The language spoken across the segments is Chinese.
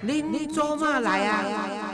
恁做嘛来啊？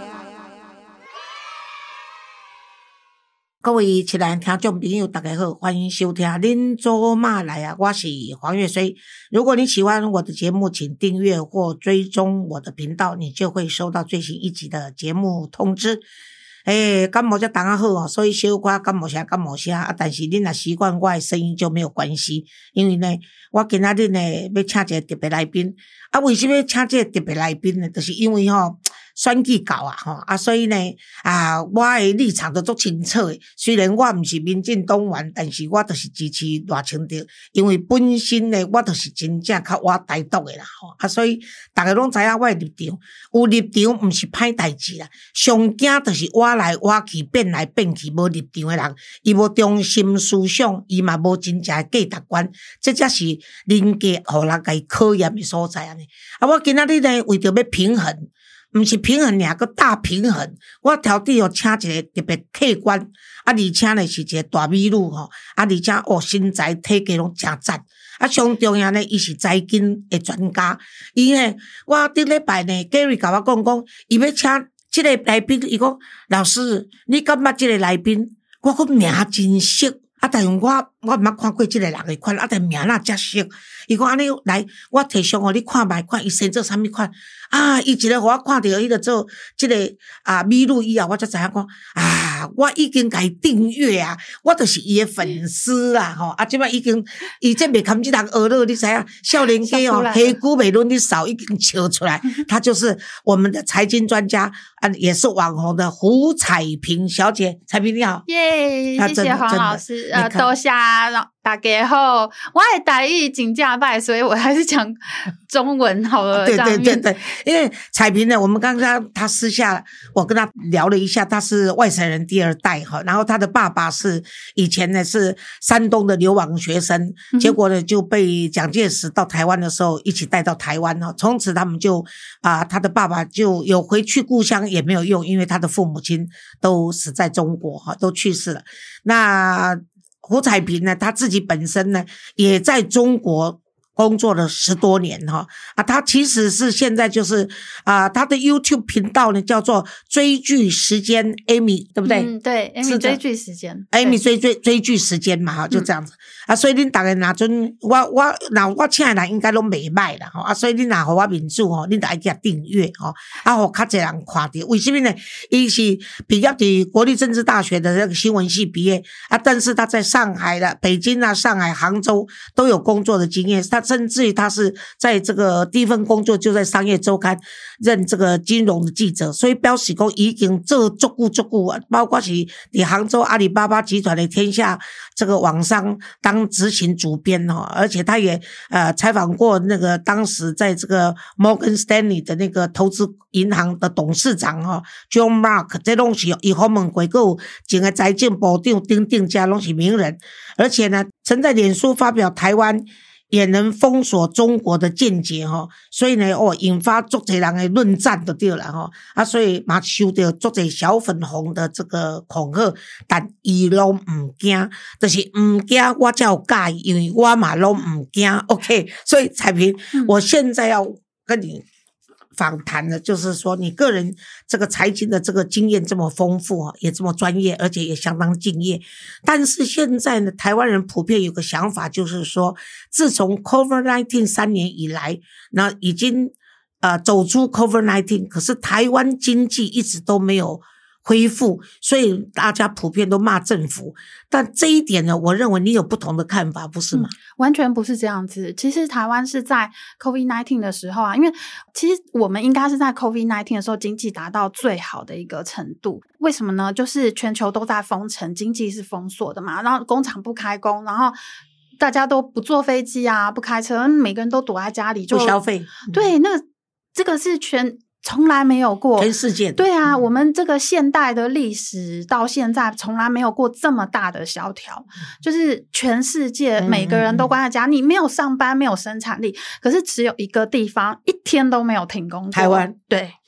各位亲爱的听众朋友，大家好，欢迎收听恁做嘛来啊！我是黄月水。如果你喜欢我的节目，请订阅或追踪我的频道，你就会收到最新一集的节目通知。感冒才当啊好哦，所以小可感冒声，但是恁若习惯我的声音就没有关系，因为呢，我今仔日呢要请一个特别来宾。为什么要请这个特别来宾呢？就是因为选举到啊，所以呢我的立场都足清楚的。虽然我毋是民进党员，但是我就是支持赖清德，因为本身呢我就是真正较我台独的啦所以大家拢知影我的立场，有立场毋是歹代志啦，上惊就是我来我去变来变去无立场的人，伊无中心思想，伊嘛无真正的价值观，这才是人格互人家考验的所在安尼。我今仔日呢为着要平衡。毋是平衡尔，个大平衡。我挑底请一个特别客观，而且呢是一个大美女而且身材体格拢真赞。上重要呢，伊是财经的专家。伊呢，我顶礼拜呢 ，Gary 甲我讲，伊要请这个来宾，伊讲老师，你感觉这个来宾？我讲名真熟，但是我毋捌看过这个人的款，但名哪遮熟？伊讲安尼来，我摕上互你看卖，看伊生做啥物款。伊一个互我看到伊就做这个美女以后，我才知影讲我已经甲伊订阅啊，我就是伊的粉丝啦即摆已经伊这袂堪即人学了，你知影少年家黑姑美轮你扫已经笑出来，她就是我们的财经专家也是网红的胡彩萍小姐。彩萍你好。 耶，谢谢黄老师，多谢大家好，我的台语真正歹，所以我还是讲中文好了。 对，因为彩萍呢，我们刚刚她私下我跟她聊了一下，她是外省人第二代然后她的爸爸是以前呢是山东的流亡学生，结果呢就被蒋介石到台湾的时候一起带到台湾从此他们就他的爸爸就有回去故乡也没有用，因为他的父母亲都死在中国都去世了。那胡彩萍呢，她自己本身呢也在中国工作了10多年她其实是现在就是她的 YouTube 频道呢叫做追剧时间 Amy 对不对？ 对 Amy 追剧时间 Amy 追剧时间嘛就这样子所以恁大家若准我请的人应该拢袂歹啦所以恁若互我面子恁就爱去订阅互较侪人看到。为什么呢？伊是毕业伫国立政治大学的那个新闻系毕业但是他在上海的北京上海杭州都有工作的经验，他甚至于他是在这个第一份工作就在商业周刊任这个金融的记者，所以表示说已经做足久包括是在杭州阿里巴巴集团的天下这个网商当执行主编而且他也采访过那个当时在这个 Morgan Stanley 的那个投资银行的董事长John Mark， 这拢是伊访问过，还有前个财政部长丁定家拢是名人，而且呢曾在脸书发表台湾也能封锁中国的见解所以呢引发足侪人的论战就对了所以嘛受到足侪小粉红的这个恐吓，但伊拢唔惊，就是唔惊我才有介意，因为我嘛拢唔惊 OK。 所以彩萍我现在要跟你访谈的就是说你个人这个财经的这个经验这么丰富也这么专业，而且也相当敬业。但是现在呢台湾人普遍有个想法，就是说自从 COVID-19 3年以来，那已经走出 COVID-19， 可是台湾经济一直都没有恢复，所以大家普遍都骂政府。但这一点呢，我认为你有不同的看法，不是吗？ 完全不是这样子。其实台湾是在 COVID-19 的时候因为其实我们应该是在 COVID-19 的时候经济达到最好的一个程度。为什么呢？就是全球都在封城，经济是封锁的嘛，然后工厂不开工，然后大家都不坐飞机不开车，每个人都躲在家里就不消费。 对，这个是从来没有过， 全世界对我们这个现代的历史到现在从来没有过这么大的萧条，就是全世界每个人都关在家，你没有上班，没有生产力，可是只有一个地方一天都没有停工过， 台湾。 对，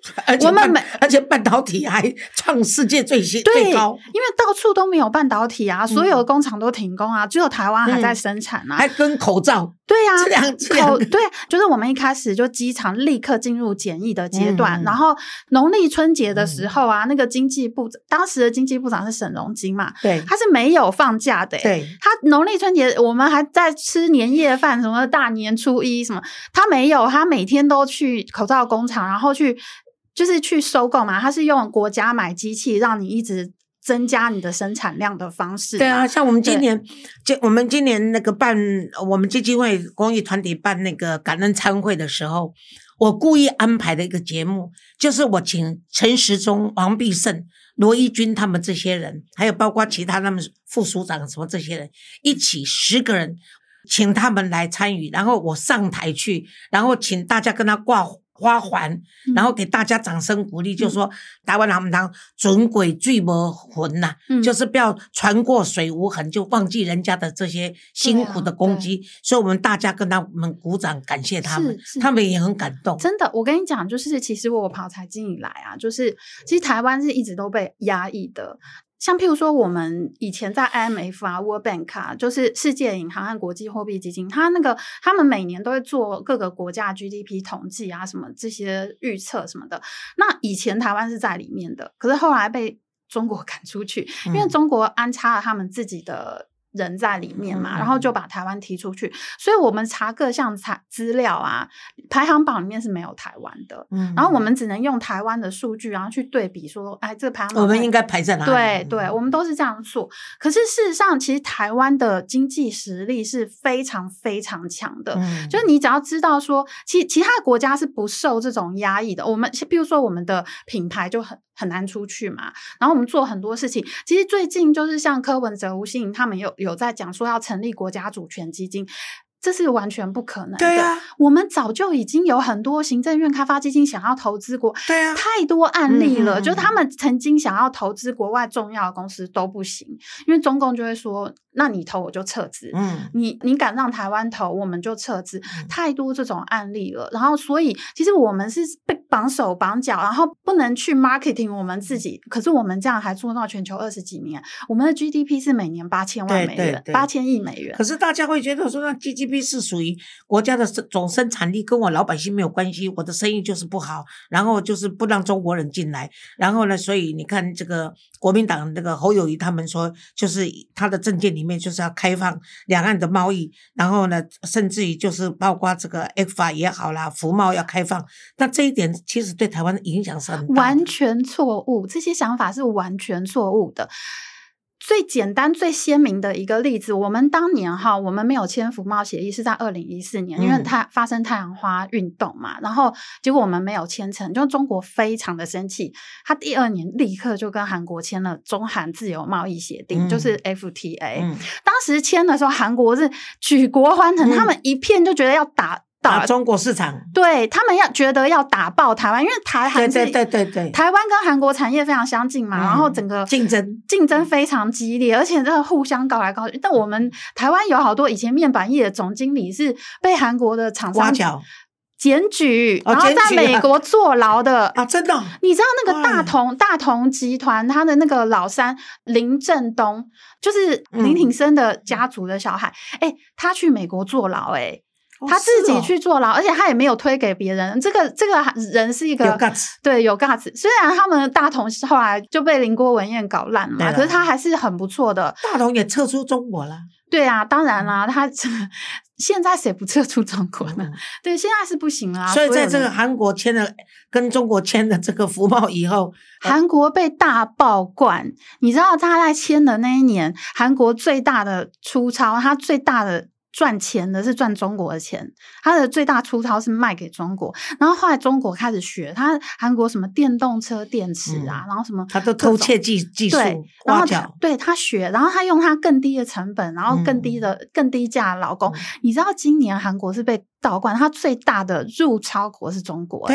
而且半导体还创世界最高， 因为到处都没有半导体啊，所有的工厂都停工啊，只有台湾还在生产啊， 还跟口罩。 对啊， 对， 就是我们一开始就机场立刻进入检疫的阶段，然后农历春节的时候啊，那个当时的经济部长是沈荣津嘛， 对， 他是没有放假的， 对， 他农历春节我们还在吃年夜饭，什么大年初一什么，他没有，他每天都去口罩工厂，然后就是去收购嘛，他是用国家买机器让你一直增加你的生产量的方式。 对啊，像我们今年那个我们基金会公益团体办那个感恩餐会的时候，我故意安排的一个节目，就是我请陈时中、王必胜、罗一军他们这些人，还有包括其他他们副署长什么这些人一起10个人，请他们来参与，然后我上台去，然后请大家跟他挂花环，然后给大家掌声鼓励，就说台湾人们当准鬼最没魂呐，就是不要船过水无痕，就忘记人家的这些辛苦的功绩，所以我们大家跟他们鼓掌感谢他们，他们也很感动。 真的，我跟你讲，就是其实我跑财经以来啊，就是其实台湾是一直都被压抑的。像譬如说我们以前在 IMF 啊 World Bank 啊，就是世界银行和国际货币基金，他们每年都会做各个国家 GDP 统计啊，什么这些预测什么的。那以前台湾是在里面的，可是后来被中国赶出去，因为中国安插了他们自己的人在里面嘛，然后就把台湾踢出去，所以我们查各项资料啊，排行榜里面是没有台湾的，然后我们只能用台湾的数据，然后去对比说，哎，这个排行榜我们应该排在哪里？ 对，我们都是这样做。可是事实上，其实台湾的经济实力是非常非常强的，就是你只要知道说，其他国家是不受这种压抑的。我们比如说我们的品牌就很难出去嘛，然后我们做很多事情，其实最近就是像柯文哲、吴欣盈他们有在讲说要成立国家主权基金，这是完全不可能的。 对啊， 我们早就已经有很多行政院开发基金想要投资国， 对啊， 太多案例了，就他们曾经想要投资国外重要的公司都不行，因为中共就会说，那你投我就撤资，你敢让台湾投我们就撤资，太多这种案例了。然后所以其实我们是被绑手绑脚，然后不能去 marketing 我们自己，可是我们这样还做到全球20几名，我们的 GDP 是每年8000万美元，8000亿美元。 可是大家会觉得说，那 GDP 是属于国家的总生产力，跟我老百姓没有关系，我的生意就是不好，然后就是不让中国人进来，然后呢，所以你看这个国民党那个侯友宜他们说，就是他的政见里面就是要开放两岸的贸易，然后呢，甚至于就是包括这个 ECFA 也好啦，服贸要开放，那这一点其实对台湾的影响是很大的， 完全错误，这些想法是完全错误的。最简单最鲜明的一个例子，我们当年我们没有签服贸协议是在2014年，因为它发生太阳花运动嘛，然后结果我们没有签成，就中国非常的生气，他第2年立刻就跟韩国签了中韩自由贸易协定，就是 FTA。当时签的时候，韩国是举国欢腾，他们一片就觉得要打中国市场， 对，他们觉得要打爆台湾，因为台湾跟韩国产业非常相近嘛，然后整个竞争非常激烈，而且这个互相告来告去。但我们台湾有好多以前面板业的总经理是被韩国的厂商检举，然后在美国坐牢的啊，真的。 你知道那个大同集团他的那个老三林正东，就是林挺生的家族的小孩，他去美国坐牢，他自己去坐牢，而且他也没有推给别人。这个人是一个有 guts， 对，有 guts。虽然他们大同后来就被林郭文彦搞烂了嘛，可是他还是很不错的。 大同也撤出中国了。 对啊，当然啦，他现在谁不撤出中国呢？对，现在是不行啦。 所以在这个韩国签了跟中国签的这个服贸以后， 韩国被大爆灌。你知道他在签的那一年，韩国最大的出超，他最大的赚钱的是赚中国的钱，他的最大出超是卖给中国，然后后来中国开始学他韩国什么电动车电池啊，然后什么他都偷窃技术， 然后他学，然后他用他更低的成本，然后更低价的劳工。你知道今年韩国是被倒灌，他最大的入超国是中国， 对啊。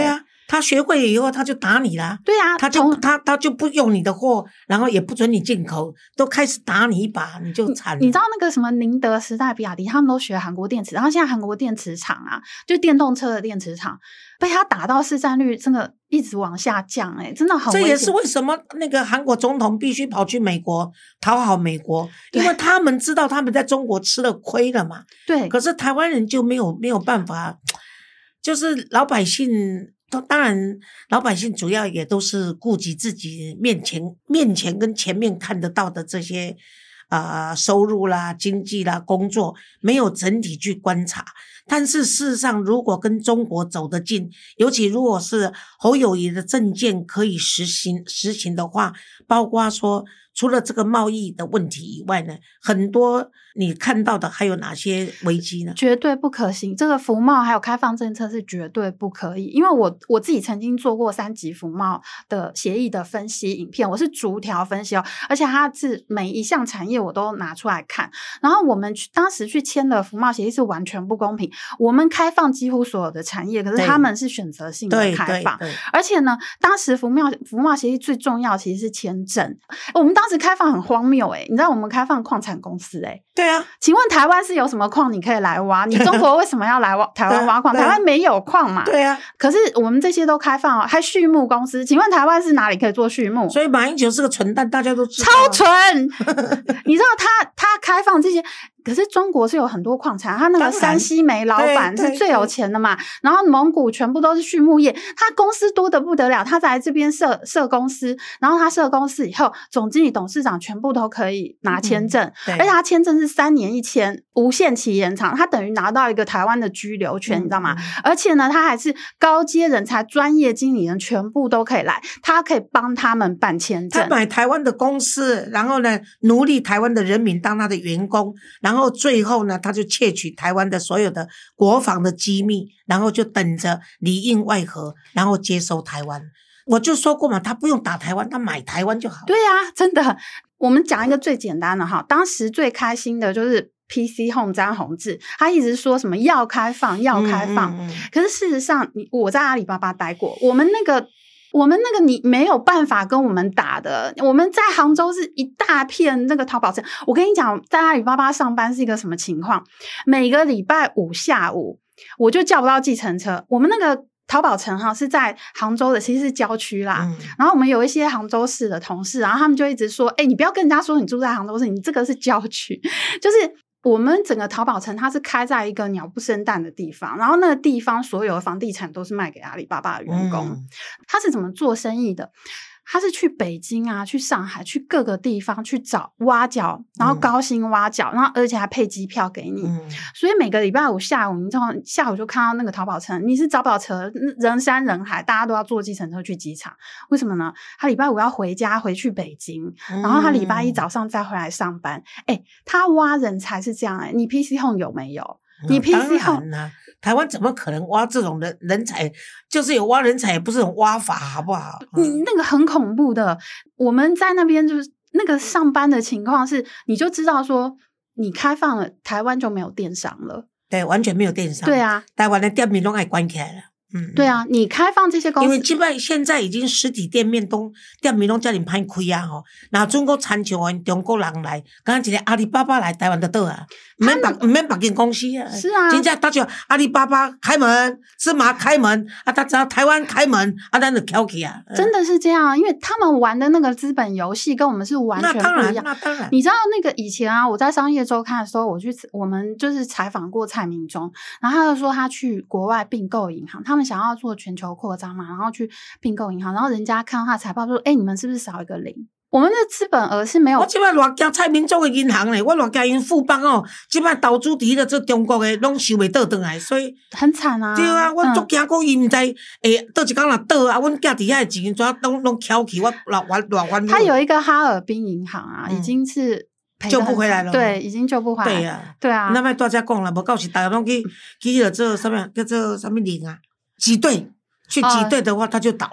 他学会了以后他就打你啦。 对啊， 他就不用你的货，然后也不准你进口，都开始打你一把，你就惨了。 你知道那个什么宁德时代、比亚迪，他们都学韩国电池，然后现在韩国电池厂啊，就电动车的电池厂，被他打到市占率真的一直往下降，真的很危险。 这也是为什么那个韩国总统必须跑去美国讨好美国，因为他们知道他们在中国吃了亏了嘛。 对， 可是台湾人就没有办法，就是老百姓。当然老百姓主要也都是顾及自己面前跟前面看得到的这些收入啦、经济啦、工作，没有整体去观察。但是事实上如果跟中国走得近，尤其如果是侯友宜的政见可以实行的话，包括说除了这个贸易的问题以外呢，很多你看到的还有哪些危机呢？ 绝对不可行，这个服贸还有开放政策是绝对不可以。因为我自己曾经做过3级服贸的协议的分析影片，我是逐条分析而且它是每一项产业我都拿出来看。然后我们当时去签的服贸协议是完全不公平，我们开放几乎所有的产业，可是他们是选择性的开放。而且呢，当时服贸协议最重要其实是签证。我们当时开放很荒谬你知道我们开放矿产公司对啊， 请问台湾是有什么矿你可以来挖？你中国为什么要来台湾挖矿？台湾没有矿嘛？ 对啊。 可是我们这些都开放还畜牧公司，请问台湾是哪里可以做畜牧？ 所以马英九是个蠢蛋，大家都知道。 超蠢！你知道他开放这些，可是中国是有很多矿产，他那个山西煤老板是最有钱的嘛，然后蒙古全部都是畜牧业，他公司多得不得了，他在这边设公司，然后他设公司以后，总经理、董事长全部都可以拿签证，而且他签证是3年1签，无限期延长，他等于拿到一个台湾的居留权，你知道吗？而且呢，他还是高阶人才、专业经理人全部都可以来，他可以帮他们办签证。 他买台湾的公司，然后呢，奴隶台湾的人民当他的员工，然后最后呢，他就窃取台湾的所有的国防的机密，然后就等着里应外合，然后接收台湾。我就说过嘛，他不用打台湾，他买台湾就好。 对啊，真的。我们讲一个最简单的哈，当时最开心的就是PC Home 詹宏志，他一直说什么要开放，可是事实上，我在阿里巴巴待过，我们那个你没有办法跟我们打的。我们在杭州是一大片那个淘宝城，我跟你讲，在阿里巴巴上班是一个什么情况？每个礼拜5下午，我就叫不到计程车。我们那个淘宝城是在杭州的，其实是郊区啦。然后我们有一些杭州市的同事，然后他们就一直说，你不要跟人家说你住在杭州市，你这个是郊区。就是我们整个淘宝城它是开在一个鸟不生蛋的地方，然后那个地方所有的房地产都是卖给阿里巴巴的员工。他是怎么做生意的？他是去北京啊，去上海，去各个地方去找挖角，然后高薪挖角，然后而且还配机票给你。所以每个礼拜5下午，你知道下午就看到那个淘宝城，你是找不到车，人山人海，大家都要坐计程车去机场。为什么呢？他礼拜5要回家，回去北京，然后他礼拜1早上再回来上班。他挖人才是这样你 PC Home 有没有？你 PC Home 台湾怎么可能挖这种人才？就是有挖人才，也不是种挖法，好不好？ 你那个很恐怖的。我们在那边就是那个上班的情况是，你就知道说，你开放了，台湾就没有电商了。 对，完全没有电商。 对啊， 台湾的店面都爱关起来了。 对啊，你开放这些公司， 因为基本上现在已经实体店面都店面都叫你歹开啊吼。然后中国参照中国人来，刚刚一个阿里巴巴来台湾就倒啊，唔免别间公司啊。 是啊， 真正到就阿里巴巴开门，芝麻开门啊，他只要台湾开门啊，咱就翘起啊。 真的是这样，因为他们玩的那个资本游戏跟我们是完全不一样。 那当然。 你知道那个以前我在商业周刊的时候，我们就是采访过蔡明忠，然后他就说他去国外并购银行，他们想要做全球扩张嘛，然后去并购银行，然后人家看到他的财报说，你们是不是少一个零？我们的资本额是没有。 我现在偌惊蔡明忠的银行呢，我偌惊因富邦现在投资伫这中国的拢收袂倒转来，所以很惨啊。 对啊，我足惊过伊唔知倒一天若倒啊，阮囝伫遐的钱怎拢翘起，我偌烦恼。 他有一个哈尔滨银行已经是救不回来了。 对，已经救不回来。 对啊， 对啊。 那么大家讲了，无到时大家拢去了做什么叫做什么零啊？挤兑，去挤兑的话，他就倒了。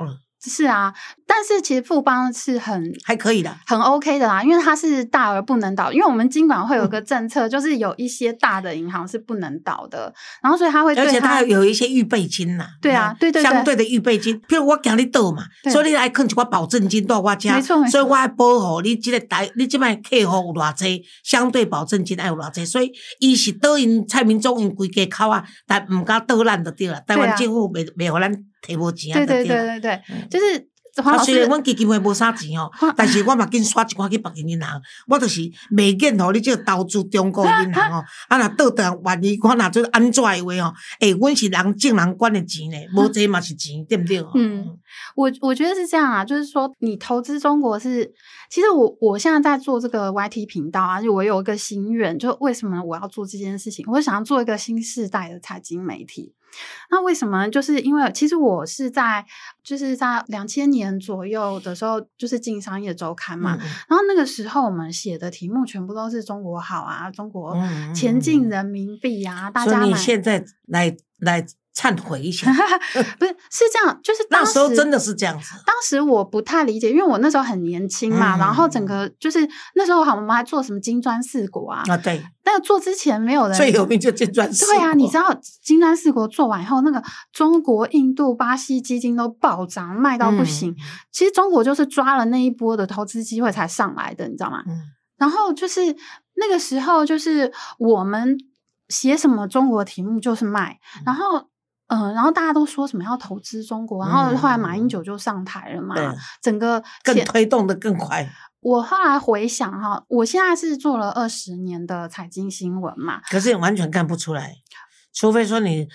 是啊，但是其实富邦是还可以的， 很 OK 的啦，因为它是大而不能倒。因为我们金管会有个政策，就是有一些大的银行是不能倒的，然后所以它会对而且它有一些预备金呐。 对啊，对， 相对的预备金，譬如我惊你倒嘛，所以你来坑一寡保证金到我家， 没错， 所以我要保护你你这摆客户有偌济，相对保证金要有偌济，所以伊是倒因蔡明忠因规家口啊，但唔敢倒咱就对了。台湾政府袂互咱摕无钱啊， 对，就是黄老师。 虽然阮基金会无啥钱哦，但是我嘛紧刷一寡去别个银行，我就是袂瘾吼你这个投资中国银行哦，啊若倒转万一我若做安怎的话哦，阮是人正人管的钱呢，无这嘛是钱，对不对？ 我觉得是这样啊，就是说你投资中国是，其实我现在在做这个 YT 频道啊，就我有一个心愿，就为什么我要做这件事情？我想要做一个新世代的财经媒体。那为什么？就是因为其实我是在2000年左右的时候，就是进商业周刊嘛，然后那个时候我们写的题目全部都是中国好啊，中国前进人民币啊，大家所以你现在来忏悔一下， 不是这样，就是那时候真的是这样子。 当时我不太理解，因为我那时候很年轻嘛，然后整个就是那时候我们还做什么金砖四国啊， 对， 那个做之前没有人最有名就金砖四国。 对啊，你知道金砖四国做完以后，那个中国、印度、巴西基金都暴涨，卖到不行。其实中国就是抓了那一波的投资机会才上来的，你知道吗？然后就是那个时候，就是我们写什么中国题目就是卖，然后大家都说什么要投资中国，然后后来马英九就上台了嘛，整个更推动的更快。 我后来回想哈，我现在是做了20年的财经新闻嘛， 可是你完全看不出来，除非说你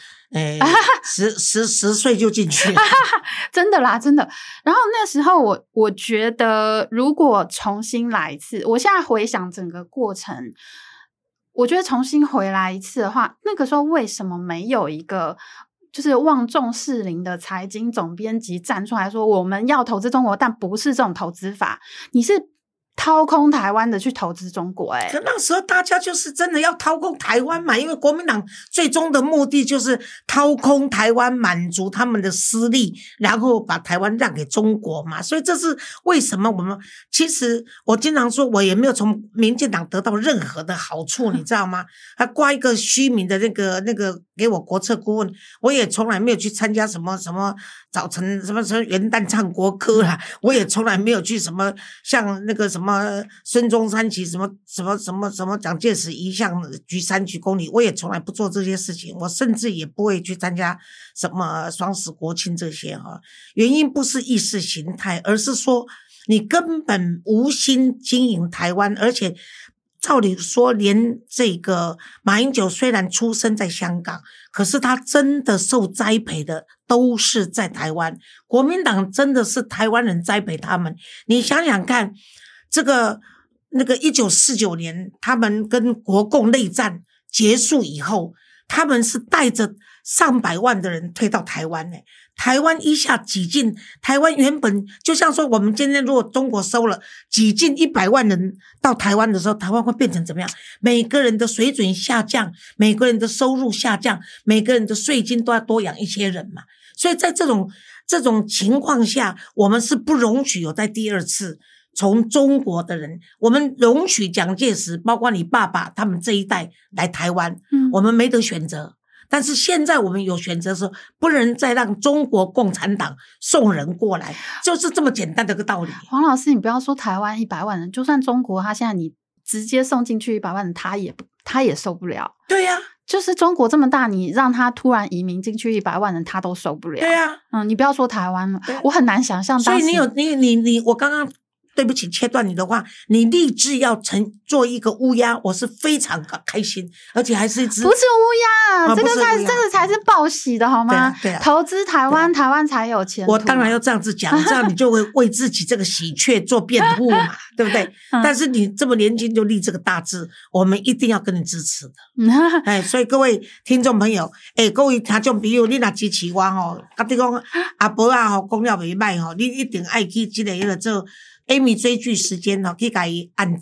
10岁就进去了真的啦，真的。然后那时候我觉得，如果重新来一次，我现在回想整个过程。我觉得重新回来一次的话，那个时候为什么没有一个就是望重士林的财经总编辑站出来说我们要投资中国，但不是这种投资法，你是掏空台湾的去投资中国。 可那时候大家就是真的要掏空台湾嘛，因为国民党最终的目的就是掏空台湾，满足他们的私利，然后把台湾让给中国嘛。所以这是为什么我们其实我经常说，我也没有从民进党得到任何的好处，你知道吗？他挂一个虚名的那个给我国策顾问，我也从来没有去参加什么早晨什么元旦唱国歌啦，我也从来没有去什么像那个什么孙中山旗什么蒋介石遗像举3举公礼，我也从来不做这些事情，我甚至也不会去参加什么双十国庆这些哈。原因不是意识形态，而是说你根本无心经营台湾，而且照理说，连这个马英九虽然出生在香港，可是他真的受栽培的都是在台湾。国民党真的是台湾人栽培他们。你想想看，那个1949年，他们跟国共内战结束以后，他们是带着上百万的人退到台湾台湾一下挤进台湾，原本就像说我们今天如果中国收了挤进100万人到台湾的时候，台湾会变成怎么样？每个人的水准下降，每个人的收入下降，每个人的税金都要多养一些人嘛。所以在这种情况下，我们是不容许有在第二次从中国的人，我们容许蒋介石包括你爸爸他们这一代来台湾，我们没得选择。但是现在我们有选择的时候，不能再让中国共产党送人过来，就是这么简单的个道理。 黄老师，你不要说台湾100万人，就算中国他现在你直接送进去100万人，他也受不了。对呀，就是中国这么大，你让他突然移民进去100万人，他都受不了。 对呀， 你不要说台湾了，我很难想象。 所以你我刚刚对不起切断你的话，你立志要做一个乌鸦，我是非常开心，而且还是一只不是乌鸦，这个才是报喜的好吗？ 对啊， 投资台湾，台湾才有前途。 我当然要这样子讲，这样你就会为自己这个喜鹊做辩护嘛，对不对？但是你这么年轻就立这个大志，我们一定要跟你支持的。所以各位听众朋友，各位听众朋友，你若支持我吼，甲你讲阿伯啊吼，讲了袂歹吼，你一定爱去这个做Amy 追剧时间去给伊按赞，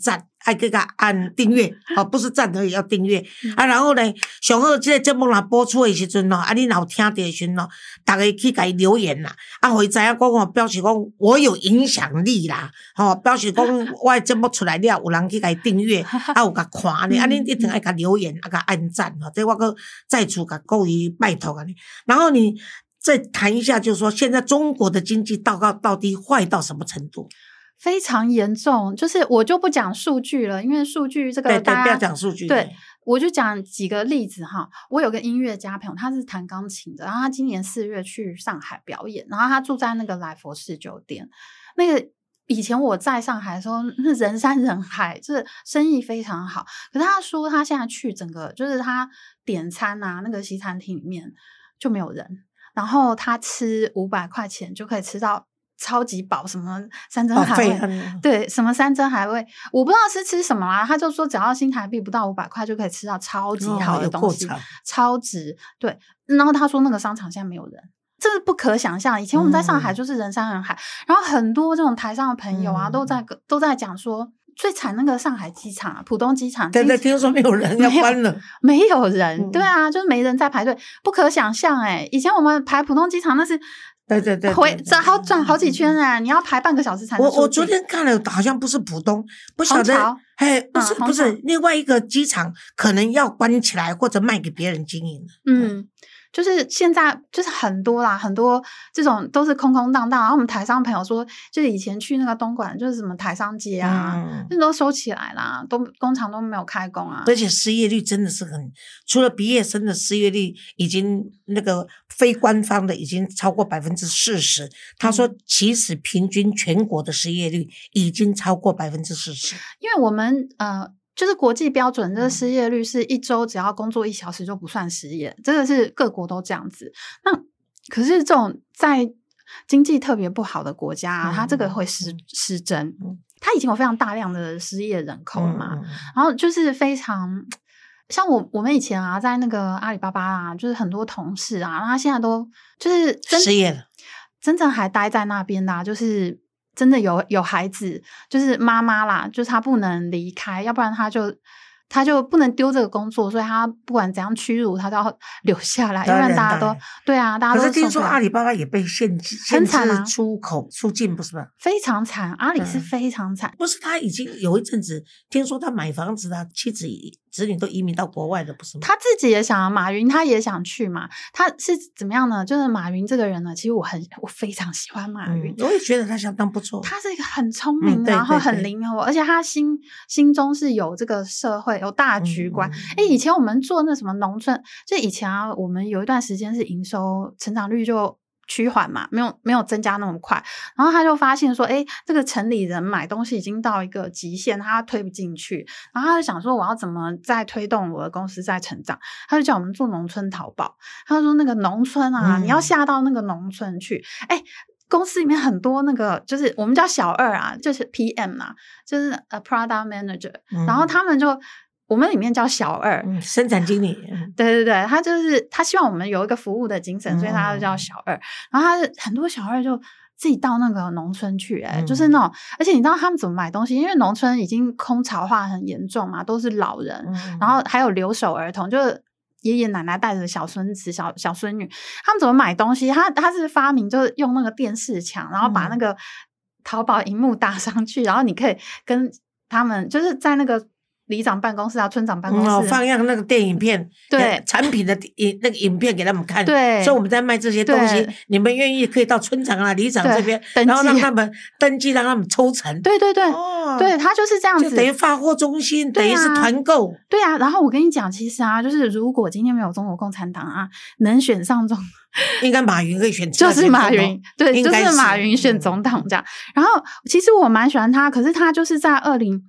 还给他按订阅，不是赞而已，要订阅啊。然后呢，上好这个节目若播出的时阵哦，啊，你若有听到的时阵哦，大家去给伊留言啦，啊，互伊知影讲哦，表示讲我有影响力啦，表示讲我的节目出来了，有人去给伊订阅，啊，有甲看呢，啊，恁一定爱甲留言，啊，甲按赞这我搁再次甲各位拜托啊你。然后你再谈一下，就是说现在中国的经济到底坏到什么程度？ 非常严重，就是我就不讲数据了，因为数据这个对，不要讲数据。 对，我就讲几个例子哈。我有个音乐家朋友，他是弹钢琴的，然后他今年4月去上海表演，然后他住在那个来佛士酒店。那个以前我在上海的时候，那人山人海，就是生意非常好。可是他说他现在去整个就是他点餐啊，那个西餐厅里面就没有人，然后他吃500块钱就可以吃到超级饱，什么山珍海味，对，什么山珍海味，我不知道是吃什么啦。他就说只要新台币不到500块就可以吃到超级好的东西，超值。对，然后他说那个商场现在没有人，这是不可想象。以前我们在上海就是人山人海，然后很多这种台上的朋友啊，都在讲说。最惨那个上海机场啊，浦东机场， 对，听说没有人要关了， 没有人，对啊，就是没人在排队，不可想象以前我们排浦东机场那是， 对， 转好几圈你要排半个小时才能出境。 我昨天看了，好像不是浦东，不晓得，不是另外一个机场可能要关起来或者卖给别人经营了。 就是现在就是很多啦，很多这种都是空空荡荡。然后我们台商朋友说，就是以前去那个东莞，就是什么台商街啊，那都收起来啦，都工厂都没有开工啊。 而且失业率真的是除了毕业生的失业率已经那个非官方的已经超过40%。他说，其实平均全国的失业率已经超过40%。 因为我们就是国际标准，这个失业率是1周只要工作1小时就不算失业，这个是各国都这样子。那可是这种在经济特别不好的国家它这个会失真。它已经有非常大量的失业人口了嘛，然后就是非常像我们以前在那个阿里巴巴就是很多同事他现在都就是失业了， 真正还待在那边的就是真的有孩子，就是妈妈啦，就是她不能离开，要不然她就不能丢这个工作，所以她不管怎样屈辱，她都要留下来，要不然大家都对啊，大家都。 可是听说阿里巴巴也被限制出口出境，不是吗？ 非常惨，阿里是非常惨。 不是他已经有一阵子，听说他买房子，他妻子子女都移民到国外了，不是吗？ 他自己也想马云他也想去嘛。他是怎么样呢？就是马云这个人呢，其实我非常喜欢马云， 我也觉得他相当不错。 他是一个很聪明，然后很灵活，而且他心中是有这个社会有大局观。以前我们做那什么农村，就以前我们有一段时间是营收成长率就趋缓嘛，没有增加那么快，然后他就发现说这个城里人买东西已经到一个极限，他推不进去，然后他就想说我要怎么再推动我的公司再成长，他就叫我们做农村淘宝。他说那个农村你要下到那个农村去，公司里面很多那个就是我们叫小二就是 PM 就是Product Manager，然后他们就我们里面叫小二， 生产经理。 对，他希望我们有一个服务的精神，所以他就叫小二。然后很多小二就自己到那个农村去，就是那种，而且你知道他们怎么买东西？因为农村已经空巢化很严重嘛，都是老人，然后还有留守儿童，就是爷爷奶奶带着小孙子、小孙女，他们怎么买东西？他是发明就是用那个电视墙，然后把那个淘宝荧幕搭上去，然后你可以跟他们就是在那个里长办公室村长办公室放样那个电影片， 对产品的那个影片给他们看， 对， 所以我们在卖这些东西，你们愿意可以到村长里长这边，然后让他们登记，让他们抽成， 对，对，他就是这样子， 就等于发货中心，等于是团购， 对啊。然后我跟你讲，其实就是如果今天没有中国共产党能选上应该马云可以选， 就是马云，对，就是马云选总统这样。然后其实我蛮喜欢他，可是他就是在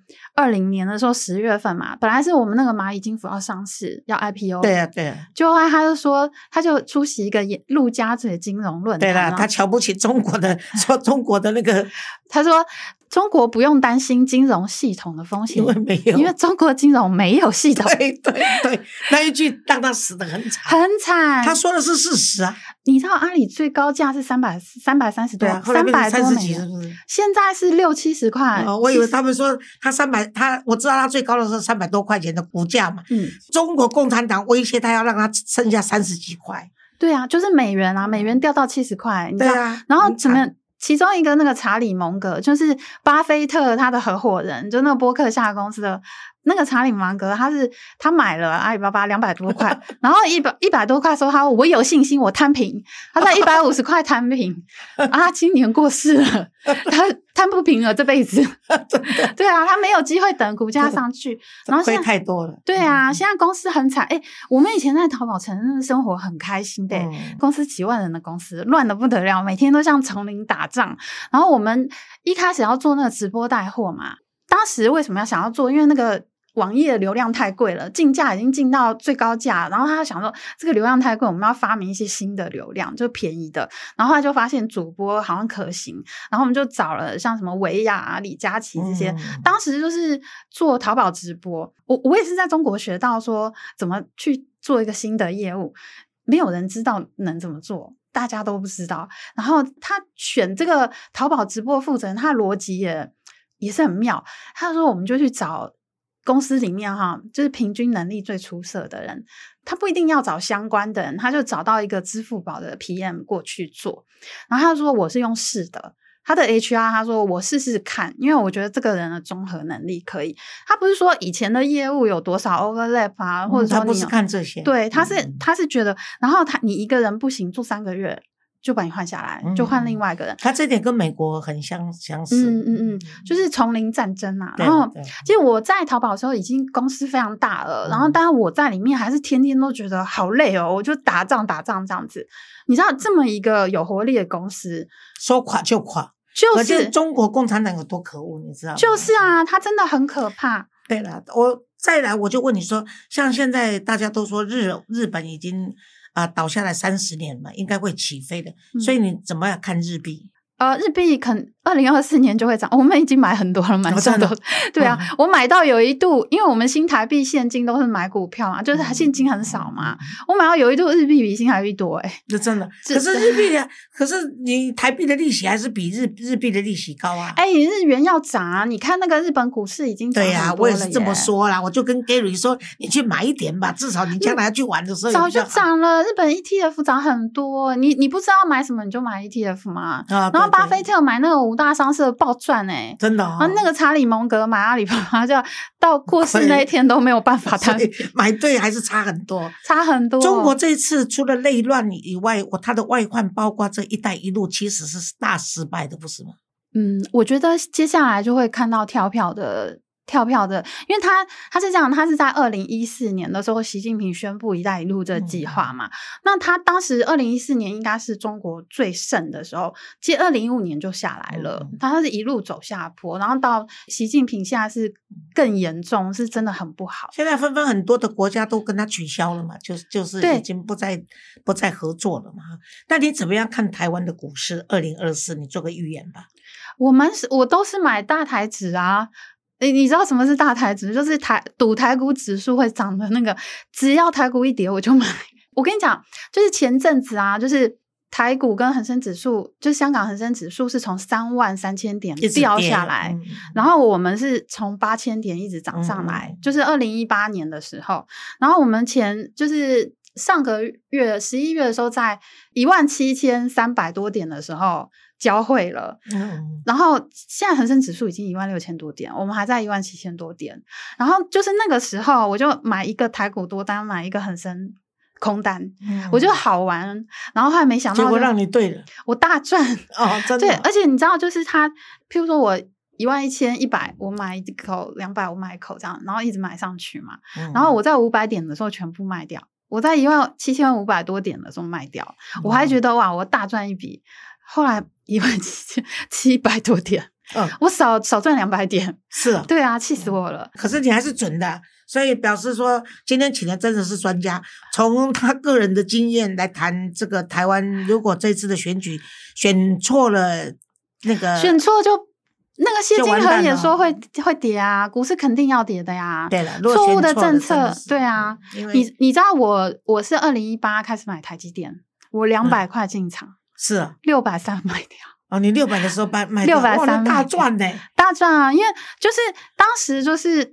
2020年的时候10月份嘛，本来是我们那个蚂蚁金服要上市要 IPO， 对啊， 就后来他就说他就出席一个陆家嘴金融论坛， 对啦，他瞧不起中国的说中国的那个， 他说中国不用担心金融系统的风险， 因为没有， 因为中国金融没有系统。 对对对，那一句让他死得很惨， 很惨。 他说的是事实啊。 你知道阿里最高价是330多， 后来变成30几， 美元， 是不是？ 现在是60-70块。 我以为他们说他我知道他最高的是300多块钱的股价嘛。中国共产党威胁他要让他剩下30几块。 对啊，就是美元啊，美元掉到70块，你知道？ 对啊， 然后怎么？其中一个那个查理蒙格，就是巴菲特他的合伙人，就那个波克夏公司的那个查理芒格，他买了阿里巴巴200多块，然后100多块说我有信心我摊平，他在150块摊平他今年过世了，他摊不平了这辈子。对啊，他没有机会等股价上去，然后亏太多了。 对啊，现在公司很惨。我们以前在淘宝城生活很开心的，公司几万人的公司乱得不得了，每天都像丛林打仗。然后我们一开始要做那个直播带货嘛，当时为什么要想要做？因为那个网页流量太贵了，竞价已经进到最高价，然后他想说这个流量太贵，我们要发明一些新的流量，就便宜的。然后他就发现主播好像可行，然后我们就找了像什么维亚啊、李佳琦这些，当时就是做淘宝直播。我也是在中国学到说怎么去做一个新的业务，没有人知道能怎么做，大家都不知道。然后他选这个淘宝直播负责人，他的逻辑也是很妙。他说我们就去找公司里面就是平均能力最出色的人，他不一定要找相关的人，他就找到一个支付宝的 PM 过去做。然后他说我是用试的，他的 HR 他说我试试看，因为我觉得这个人的综合能力可以。他不是说以前的业务有多少 overlap 啊，或者说他不是看这些， 对，他是觉得，然后你一个人不行，做3个月就把你换下来，就换另外一个人。 他这点跟美国很相似。 就是丛林战争啊。然后其实我在淘宝的时候已经公司非常大了，然后当然我在里面还是天天都觉得好累哦，我就打仗这样子。你知道这么一个有活力的公司说垮就垮，就是中国共产党有多可恶，你知道吗？ 就是啊，他真的很可怕。 对了，再来我就问你说，像现在大家都说日本已经倒下来30年嘛，应该会起飞的，所以你怎么样看日币？ 日币2024年就会涨，我们已经买很多了，蛮多的。对啊，我买到有一度，因为我们新台币现金都是买股票嘛，就是现金很少嘛。我买到有一度日币比新台币多那真的。可是可是你台币的利息还是比日币的利息高啊。 日元要涨啊！你看那个日本股市已经涨很多了。对啊， 我也是这么说啦。我就跟 Gary 说，你去买一点吧，至少你将来要去玩的时候早就涨了。日本 ETF 涨很多，你不知道买什么你就买 ETF 嘛。然后巴菲特买那个5大商社暴赚真的。 然后那个查理蒙格买阿里巴巴，就到过世那一天都没有办法摊平。 买对还是差很多， 差很多。 中国这一次除了内乱以外，它的外患包括这一带一路其实是大失败的，不是吗？ 我觉得接下来就会看到跳票的，因为他是这样，他是在2014年的时候，习近平宣布一带一路这个计划嘛。那他当时2014年应该是中国最盛的时候，其实2015年就下来了，他是一路走下坡，然后到习近平现在是更严重，是真的很不好。 现在纷纷很多的国家都跟他取消了嘛，就是已经不再合作了嘛。那你怎么样看台湾的股市2024？你做个预言吧。 我都是买大台指啊。你知道什么是大台指？就是赌台股指数会涨的那个，只要台股一跌我就买。我跟你讲，就是前阵子啊，就是台股跟恒生指数，就是香港恒生指数是从33000点掉下来，然后我们是从8000点一直涨上来，就是2018年的时候。然后我们就是上个月11月的时候，在17300多点的时候交汇了，然后现在恒生指数已经16000多点，我们还在17000多点。然后就是那个时候，我就买一个台股多单，买一个恒生空单，我觉得好玩。然后后来没想到， 结果让你对了， 我大赚真的。 对，而且你知道，就是他，譬如说我11100，我买一口200，我买一口这样，然后一直买上去嘛。然后我在500点的时候全部卖掉，我在17500多点的时候卖掉，我还觉得哇，我大赚一笔。后来17700多点，我少赚200点， 是啊， 对啊，气死我了。 可是你还是准的，所以表示说今天请的真的是专家，从他个人的经验来谈这个台湾，如果这次的选举选错了，选错那个谢金河也说会跌啊，股市肯定要跌的呀。 对了， 错误的政策，对啊。你知道我是2018开始买台积电，我200块进场， 是啊 ，630卖掉。 哦，你600的时候卖掉，630大赚呢， 大赚啊！因为就是当时就是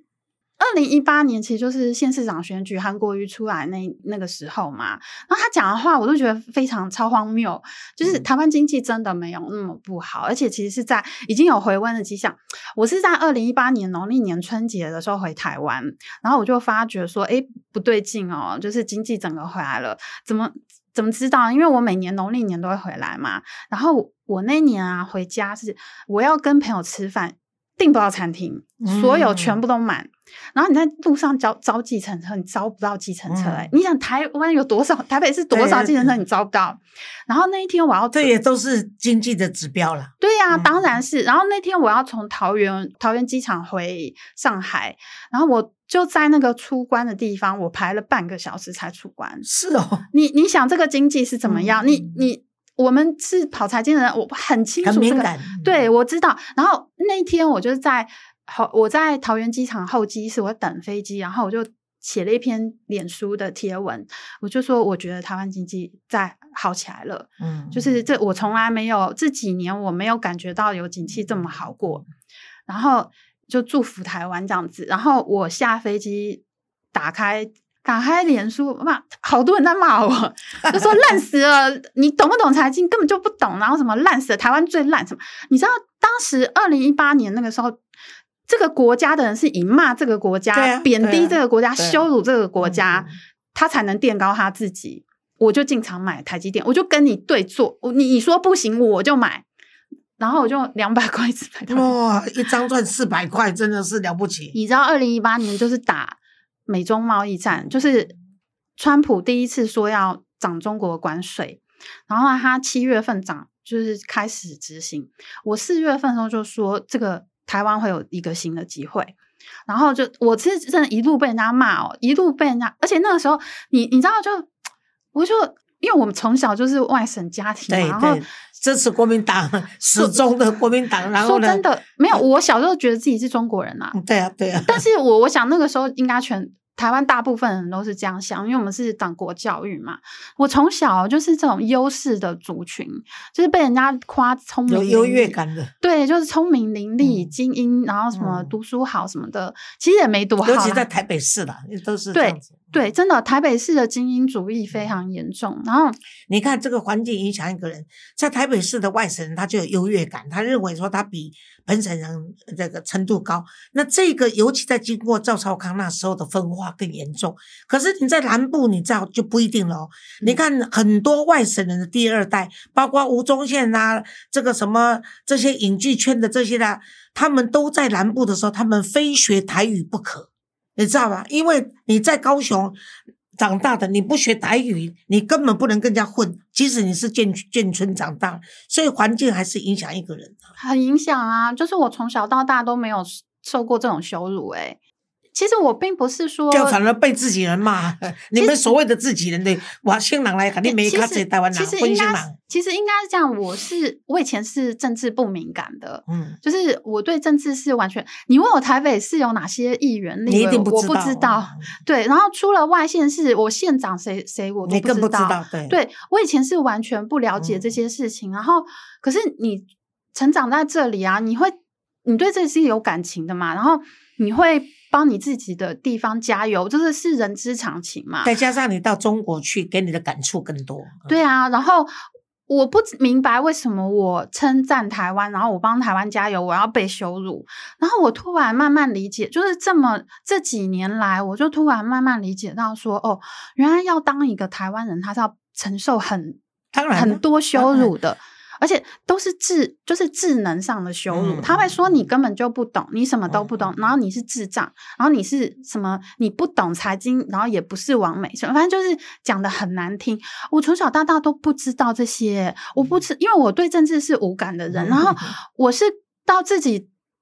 2018年，其实就是县市长选举韩国瑜出来那个时候嘛，然后他讲的话我都觉得非常超荒谬，就是台湾经济真的没有那么不好，而且其实是在已经有回温的迹象。我是在2018年农历年春节的时候回台湾，然后我就发觉说，不对劲哦，就是经济整个回来了，怎么知道？因为我每年农历年都会回来嘛，然后我那年啊回家是我要跟朋友吃饭，订不到餐厅，所有全部都满。然后你在路上招计程车，你招不到计程车你想台湾有多少，台北是多少计程车你招不到。然后那一天我要， 这也都是经济的指标啦。 对啊，当然是。然后那天我要从桃园机场回上海，然后我就在那个出关的地方，我排了半个小时才出关。 是哦， 你想这个经济是怎么样？我们是跑财经的人，我很清楚这个， 很敏感。 对，我知道。然后那一天我就我在桃园机场候机室，我等飞机，然后我就写了一篇脸书的贴文，我就说我觉得台湾经济在好起来了，就是我从来没有这几年我没有感觉到有景气这么好过，然后就祝福台湾这样子。然后我下飞机打开脸书，好多人在骂我，就说烂死了，你懂不懂财经？根本就不懂，然后什么烂死了，台湾最烂什么？你知道当时2018年那个时候，这个国家的人是以骂这个国家、贬低这个国家、羞辱这个国家，他才能垫高他自己。我就进场买台积电，我就跟你对坐，你说不行我就买，然后我就200块一直买到。 哇，一张赚400块，真的是了不起。 你知道2018年就是打美中贸易战，就是川普第一次说要涨中国关税，然后他7月份涨，就是开始执行。我4月份的时候就说这个台湾会有一个新的机会，然后我是真的一路被人家骂一路被人家，而且那个时候你知道我就因为我们从小就是外省家庭嘛，然后支持国民党始终的国民党，然后呢， 说真的没有，我小时候觉得自己是中国人啊， 对啊， 但是我想那个时候应该台湾大部分人都是这样想，因为我们是党国教育嘛。我从小就是这种优势的族群，就是被人家夸聪明伶俐， 有优越感的。 对，就是聪明伶俐、精英，然后什么读书好什么的，其实也没多好。 尤其在台北市啦，都是这样子。 对，真的台北市的精英主义非常严重。然后你看这个环境影响一个人，在台北市的外省人他就有优越感，他认为说他比本省人这个程度高。那这个尤其在经过赵少康那时候的分化更严重。可是你在南部你知道就不一定了你看很多外省人的第二代，包括吴宗宪啊，这个什么这些影剧圈的这些的，他们都在南部的时候，他们非学台语不可。你知道吗？因为你在高雄长大的，你不学台语，你根本不能跟人家混，即使你是眷村长大，所以环境还是影响一个人。 很影响啊，就是我从小到大都没有受过这种羞辱其实我并不是说， 就反而被自己人骂。你们所谓的自己人的外省人来，肯定没看这台湾人， 其实应该是这样。我以前是政治不敏感的，就是我对政治是完全。你问我台北市有哪些议员立委， 你一定不知道， 我不知道。对，然后除了外县市，我县长谁我都你更不知道。 对，我以前是完全不了解这些事情。然后，可是你成长在这里啊，你对这是有感情的嘛？然后你会帮你自己的地方加油，这是人之常情嘛。 再加上你到中国去，给你的感触更多。 对啊，然后我不明白为什么我称赞台湾，然后我帮台湾加油，我要被羞辱。然后我突然慢慢理解，就是这几年来，我就突然慢慢理解到说，原来要当一个台湾人，他是要承受很多羞辱的。而且都是就是智能上的羞辱，他会说你根本就不懂，你什么都不懂，然后你是智障，然后你是什么，你不懂财经，然后也不是网美，反正就是讲得很难听。我从小到大都不知道这些，因为我对政治是无感的人，然后我是到自己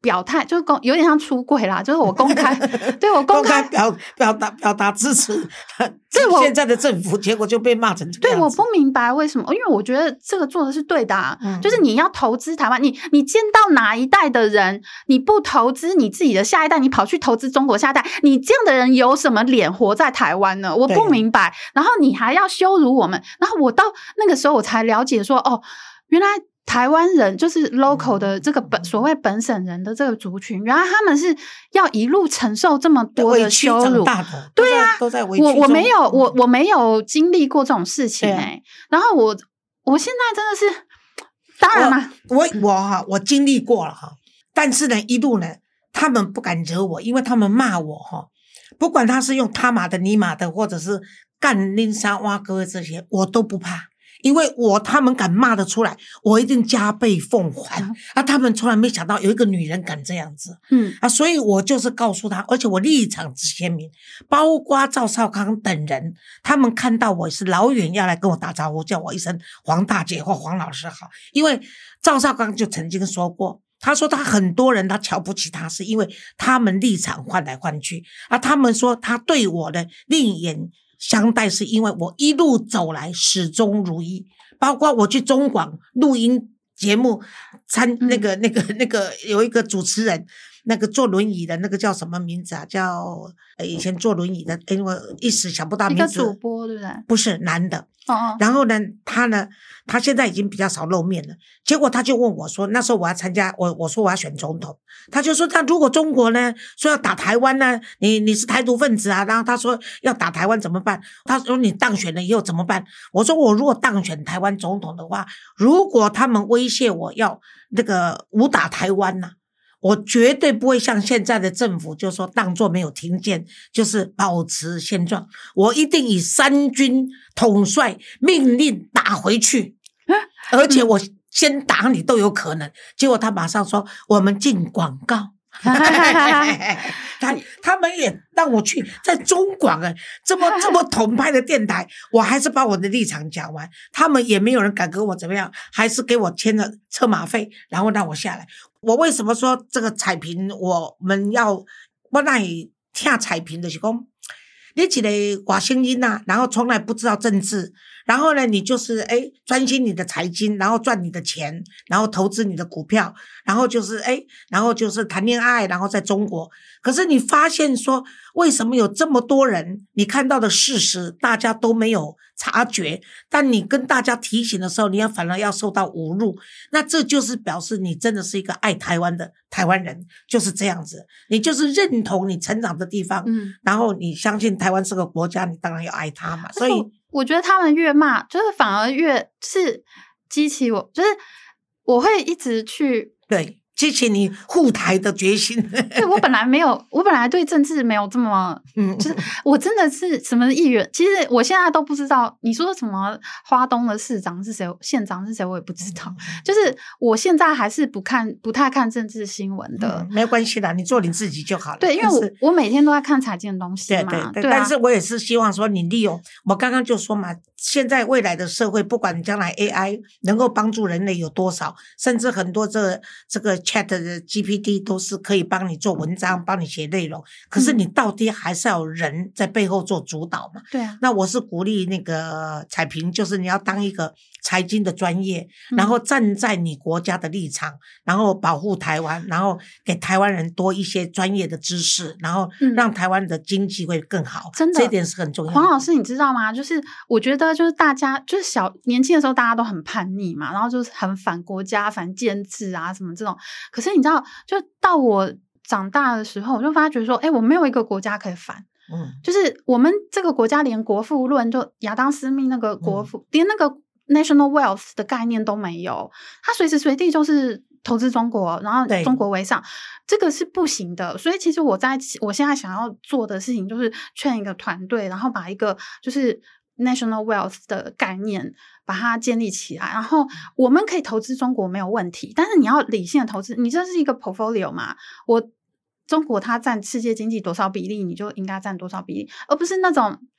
表态，就是有点像出柜啦，就是我公开对我公开表达支持对现在的政府，结果就被骂成这个样子。 对，我不明白为什么，因为我觉得这个做的是对的啊，就是你要投资台湾，你见到哪一代的人，你不投资你自己的下一代，你跑去投资中国下一代，你这样的人有什么脸活在台湾呢？我不明白。然后你还要羞辱我们，然后我到那个时候我才了解说，哦，原来台湾人就是 local 的这个所谓本省人的这个族群，原来他们是要一路承受这么多的羞辱，对啊， 都在委屈中。 我没有经历过这种事情然后我现在真的是，当然啦， 我经历过了哈，但是呢，一路呢，他们不敢惹我，因为他们骂我哈，不管他是用他妈的、你妈的，或者是干拎沙挖哥这些，我都不怕。因为他们敢骂得出来，我一定加倍奉还他们从来没想到有一个女人敢这样子所以我就是告诉他，而且我立场之鲜明，包括赵少康等人，他们看到我是老远要来跟我打招呼，叫我一声黄大姐或黄老师好，因为赵少康就曾经说过，他说他很多人他瞧不起他，是因为他们立场换来换去他们说他对我的另眼相待，是因为我一路走来始终如一，包括我去中广录音节目那个有一个主持人，那个坐轮椅的那个叫什么名字啊？叫以前坐轮椅的，因为一时想不到名字。 一个主播对不对？ 不是男的。然后呢，他现在已经比较少露面了。结果他就问我说，那时候我要参加，我说我要选总统，他就说，那如果中国呢说要打台湾呢，你是台独分子啊，然后他说要打台湾怎么办？他说你当选了以后怎么办？我说我如果当选台湾总统的话，如果他们威胁我要那个武打台湾呢我绝对不会像现在的政府就说当作没有听见，就是保持现状，我一定以三军统帅命令打回去而且我先打你都有可能。结果他马上说我们进广告他们也让我去在中广这么统派的电台，我还是把我的立场讲完，他们也没有人敢跟我怎么样，还是给我签了车马费，然后让我下来。我为什么说这个彩屏我那里听彩屏的是说你一个外省人然后从来不知道政治，然后呢你就是专心你的财经，然后赚你的钱，然后投资你的股票，然后就是谈恋爱，然后在中国。可是你发现说为什么有这么多人，你看到的事实大家都没有察觉，但你跟大家提醒的时候，你反而要受到侮辱，那这就是表示你真的是一个爱台湾的台湾人，就是这样子，你就是认同你成长的地方然后你相信台湾是个国家，你当然要爱它嘛。所以我觉得他们越骂就是反而越是激起我，就是我会一直去对激起你护台的决心对，我本来对政治没有这么就是我真的是什么议员，其实我现在都不知道你说什么花东的市长是谁，县长是谁，我也不知道就是我现在还是不太看政治新闻的没有关系啦，你做你自己就好了。 对，因为我每天都在看财经的东西嘛。 对但是我也是希望说你利用我刚刚就说嘛，现在未来的社会不管将来 AI 能够帮助人类有多少，甚至很多这个 Chat 的 GPT 都是可以帮你做文章帮你写内容，可是你到底还是要有人在背后做主导嘛。 对啊， 那我是鼓励那个彩屏，就是你要当一个财经的专业然后站在你国家的立场，然后保护台湾，然后给台湾人多一些专业的知识，然后让台湾的经济会更好。真的，这一点是很重要的。 黄老师你知道吗，就是我觉得就是大家就是年轻的时候大家都很叛逆嘛，然后就是很反国家反建制啊什么这种，可是你知道就到我长大的时候，我就发觉说我没有一个国家可以反就是我们这个国家连国富论，就亚当斯密那个国富连那个 national wealth 的概念都没有，他随时随地就是投资中国，然后中国为上，这个是不行的。所以其实我现在想要做的事情就是劝一个团队，然后把一个就是 national wealth 的概念把它建立起来，然后我们可以投资中国没有问题，但是你要理性的投资，你这是一个 portfolio 嘛，中国它占世界经济多少比例，你就应该占多少比例，而不是那种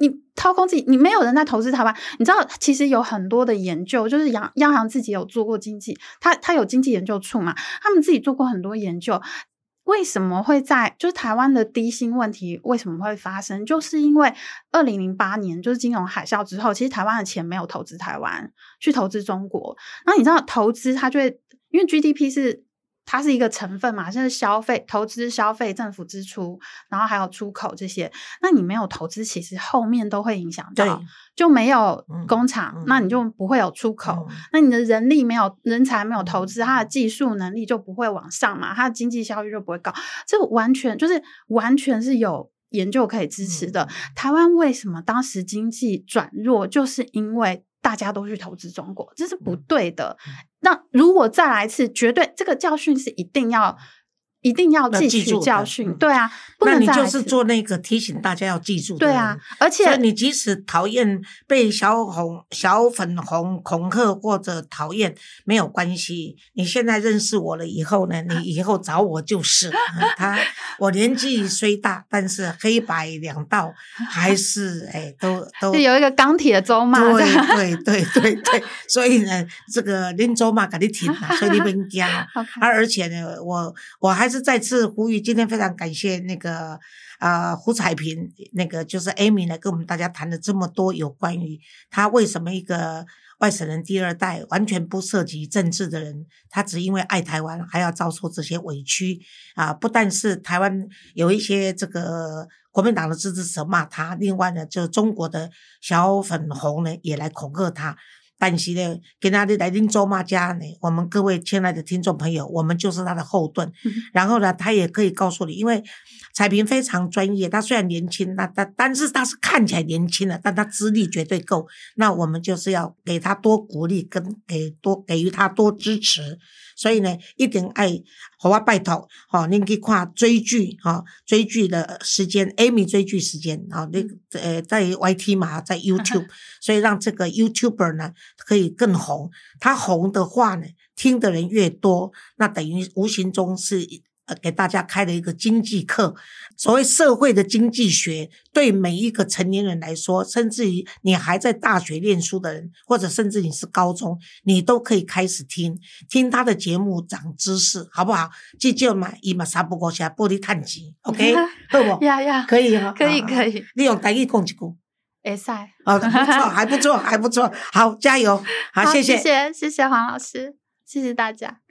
你掏空自己，你没有人在投资台湾。你知道，其实有很多的研究，就是央行自己有做过经济，他有经济研究处嘛，他们自己做过很多研究。为什么会就是台湾的低薪问题为什么会发生？就是因为2008年就是金融海啸之后，其实台湾的钱没有投资台湾，去投资中国。然后你知道投资它就会，因为 GDP 它是一个成分嘛，像是消费、投资、消费、政府支出，然后还有出口这些。那你没有投资，其实后面都会影响到，就没有工厂，那你就不会有出口。那你的人才没有投资，它的技术能力就不会往上嘛，它的经济效率就不会高。这完全是有研究可以支持的。台湾为什么当时经济转弱，就是因为大家都去投资中国，这是不对的。那如果再来一次，绝对这个教训是一定要汲取教训，对啊，不能再来一次。 那你就是做那个提醒大家要记住的人。 对啊，而且所以你即使讨厌被小粉红恐吓或者讨厌没有关系，你现在认识我了以后呢，你以后找我就是我年纪虽大，但是黑白两道还是都有一个钢铁周嘛。 对，所以呢，这个恁周嘛给你听啦，所以你不用惊。而且呢，我还是再次呼吁，今天非常感谢那个胡彩萍，那个就是 Amy 呢，跟我们大家谈了这么多有关于他为什么一个外省人第二代完全不涉及政治的人，他只因为爱台湾还要遭受这些委屈不但是台湾有一些这个国民党的支持者骂他，另外呢，就中国的小粉红呢也来恐吓他。但是呢，今天来恁周妈家呢，我们各位亲爱的听众朋友，我们就是他的后盾。然后呢，他也可以告诉你，因为彩萍非常专业，他虽然年轻，但是他是看起来年轻的，但他资历绝对够。那我们就是要给他多鼓励，跟给予他多支持。所以呢，一定爱给我拜托您去看追剧追剧的时间 Amy 追剧时间在 YT 嘛，在 YouTube 所以让这个 YouTuber 呢可以更红。他红的话呢，听的人越多，那等于无形中是给大家开了一个经济课。所谓社会的经济学，对每一个成年人来说，甚至于你还在大学念书的人，或者甚至你是高中，你都可以开始听他的节目，长知识，好不好？至少嘛，伊嘛3不5下不离趁钱 ，OK， 好不？可以可以。 你用台语讲一句。 可以。 还不错，好，加油，好，谢谢黄老师，谢谢大家。